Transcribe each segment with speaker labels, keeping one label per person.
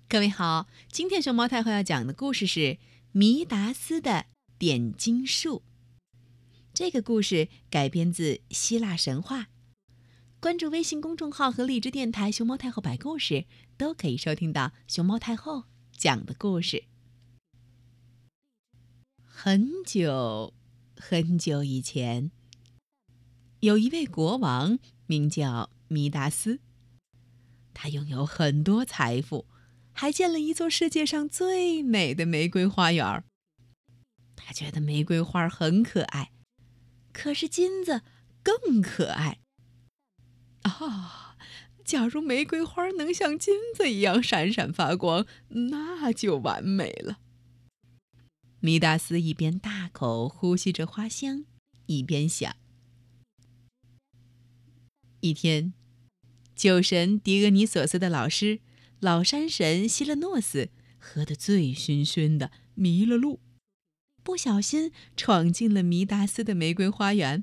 Speaker 1: 各位好，今天熊猫太后要讲的故事是弥达斯的点金术。这个故事改编自希腊神话。关注微信公众号和荔枝电台熊猫太后摆故事，都可以收听到熊猫太后讲的故事。很久很久以前，有一位国王名叫弥达斯，他拥有很多财富，还建了一座世界上最美的玫瑰花园。他觉得玫瑰花很可爱，可是金子更可爱。假如玫瑰花能像金子一样闪闪发光，那就完美了。弥达斯一边大口呼吸着花香，一边想。一天，酒神狄俄尼索斯的老师老山神希勒诺斯喝得醉醺醺的，迷了路，不小心闯进了弥达斯的玫瑰花园。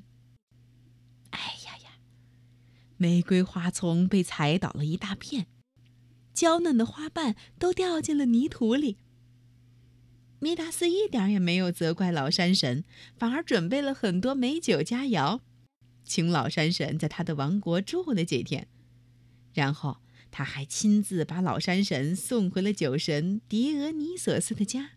Speaker 1: 玫瑰花丛被踩倒了一大片，娇嫩的花瓣都掉进了泥土里。弥达斯一点也没有责怪老山神，反而准备了很多美酒佳肴，请老山神在他的王国住了几天。然后他还亲自把老山神送回了酒神狄俄尼索斯的家。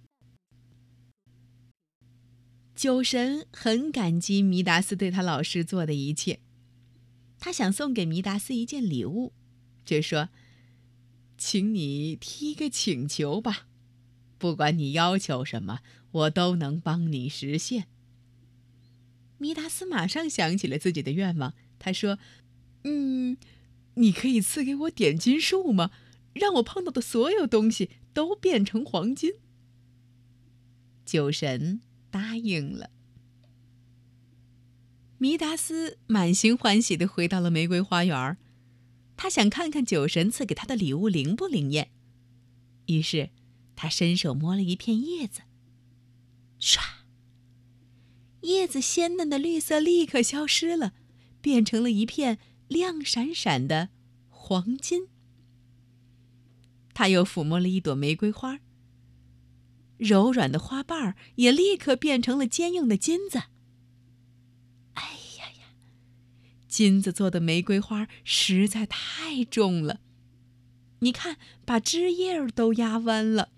Speaker 1: 酒神很感激弥达斯对他老师做的一切，他想送给弥达斯一件礼物，就说：“请你提个请求吧，不管你要求什么，我都能帮你实现。”弥达斯马上想起了自己的愿望，他说：“你可以赐给我点金术吗？让我碰到的所有东西都变成黄金。”酒神答应了。弥达斯满心欢喜地回到了玫瑰花园，他想看看酒神赐给他的礼物灵不灵验。于是他伸手摸了一片叶子，唰，叶子鲜嫩的绿色立刻消失了，变成了一片亮闪闪的黄金。他又抚摸了一朵玫瑰花，柔软的花瓣也立刻变成了坚硬的金子。金子做的玫瑰花实在太重了，你看，把枝叶都压弯了。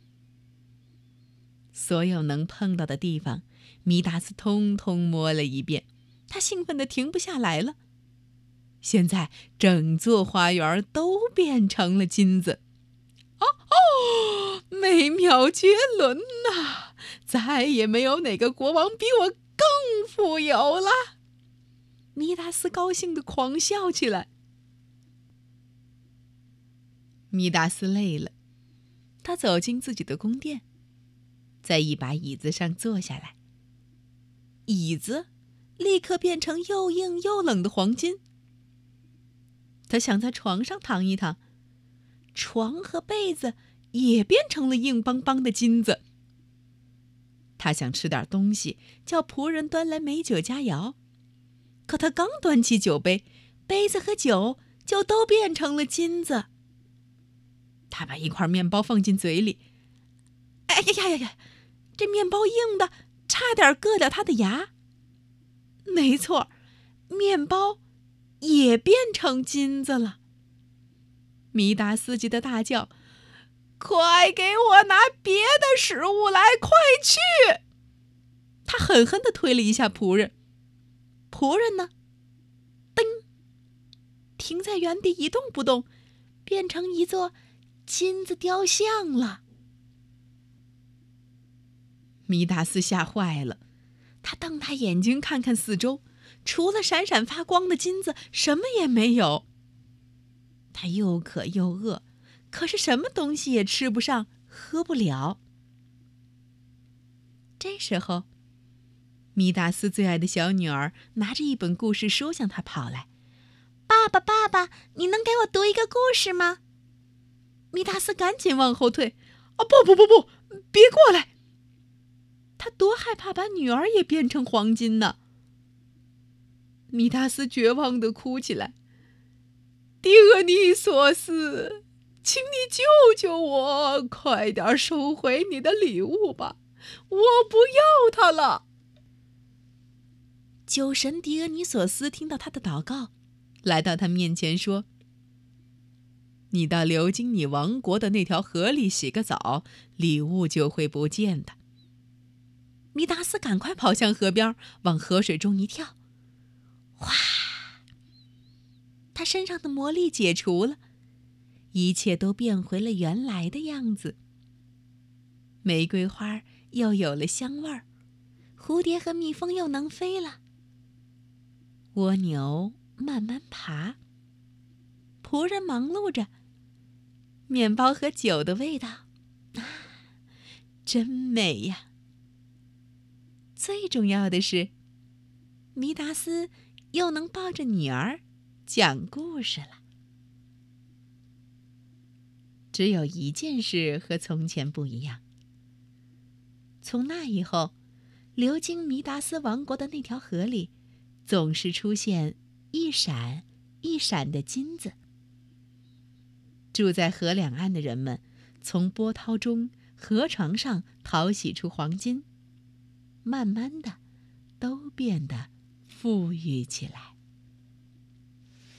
Speaker 1: 所有能碰到的地方，弥达斯通通摸了一遍，他兴奋得停不下来了。现在整座花园都变成了金子。美妙绝伦呐！再也没有哪个国王比我更富有了。弥达斯高兴地狂笑起来。弥达斯累了，他走进自己的宫殿，在一把椅子上坐下来。椅子立刻变成又硬又冷的黄金。他想在床上躺一躺，床和被子也变成了硬邦邦的金子。他想吃点东西，叫仆人端来美酒佳肴。可他刚端起酒杯，杯子和酒就都变成了金子。他把一块面包放进嘴里，这面包硬的差点硌掉他的牙。没错，面包也变成金子了。弥达斯急得大叫：“快给我拿别的食物来，快去！”他狠狠地推了一下仆人。仆人呢？噔，停在原地一动不动，变成一座金子雕像了。弥达斯吓坏了，他瞪大眼睛看看四周，除了闪闪发光的金子，什么也没有。他又渴又饿，可是什么东西也吃不上，喝不了。这时候，弥达斯最爱的小女儿拿着一本故事书向他跑来。爸爸，爸爸，你能给我读一个故事吗？弥达斯赶紧往后退。不，别过来！他多害怕把女儿也变成黄金呢。弥达斯绝望地哭起来。狄俄尼索斯， 请你救救我，快点收回你的礼物吧，我不要它了。”酒神狄俄尼索斯听到他的祷告，来到他面前说：“你到流经你王国的那条河里洗个澡，礼物就会不见的。”弥达斯赶快跑向河边，往河水中一跳，哗！他身上的魔力解除了，一切都变回了原来的样子。玫瑰花又有了香味儿，蝴蝶和蜜蜂又能飞了。蜗牛慢慢爬，仆人忙碌着，面包和酒的味道，真美呀！最重要的是，弥达斯又能抱着女儿讲故事了。只有一件事和从前不一样，从那以后，流经弥达斯王国的那条河里，总是出现一闪一闪的金子。住在河两岸的人们，从波涛中、河床上淘洗出黄金，慢慢的，都变得富裕起来。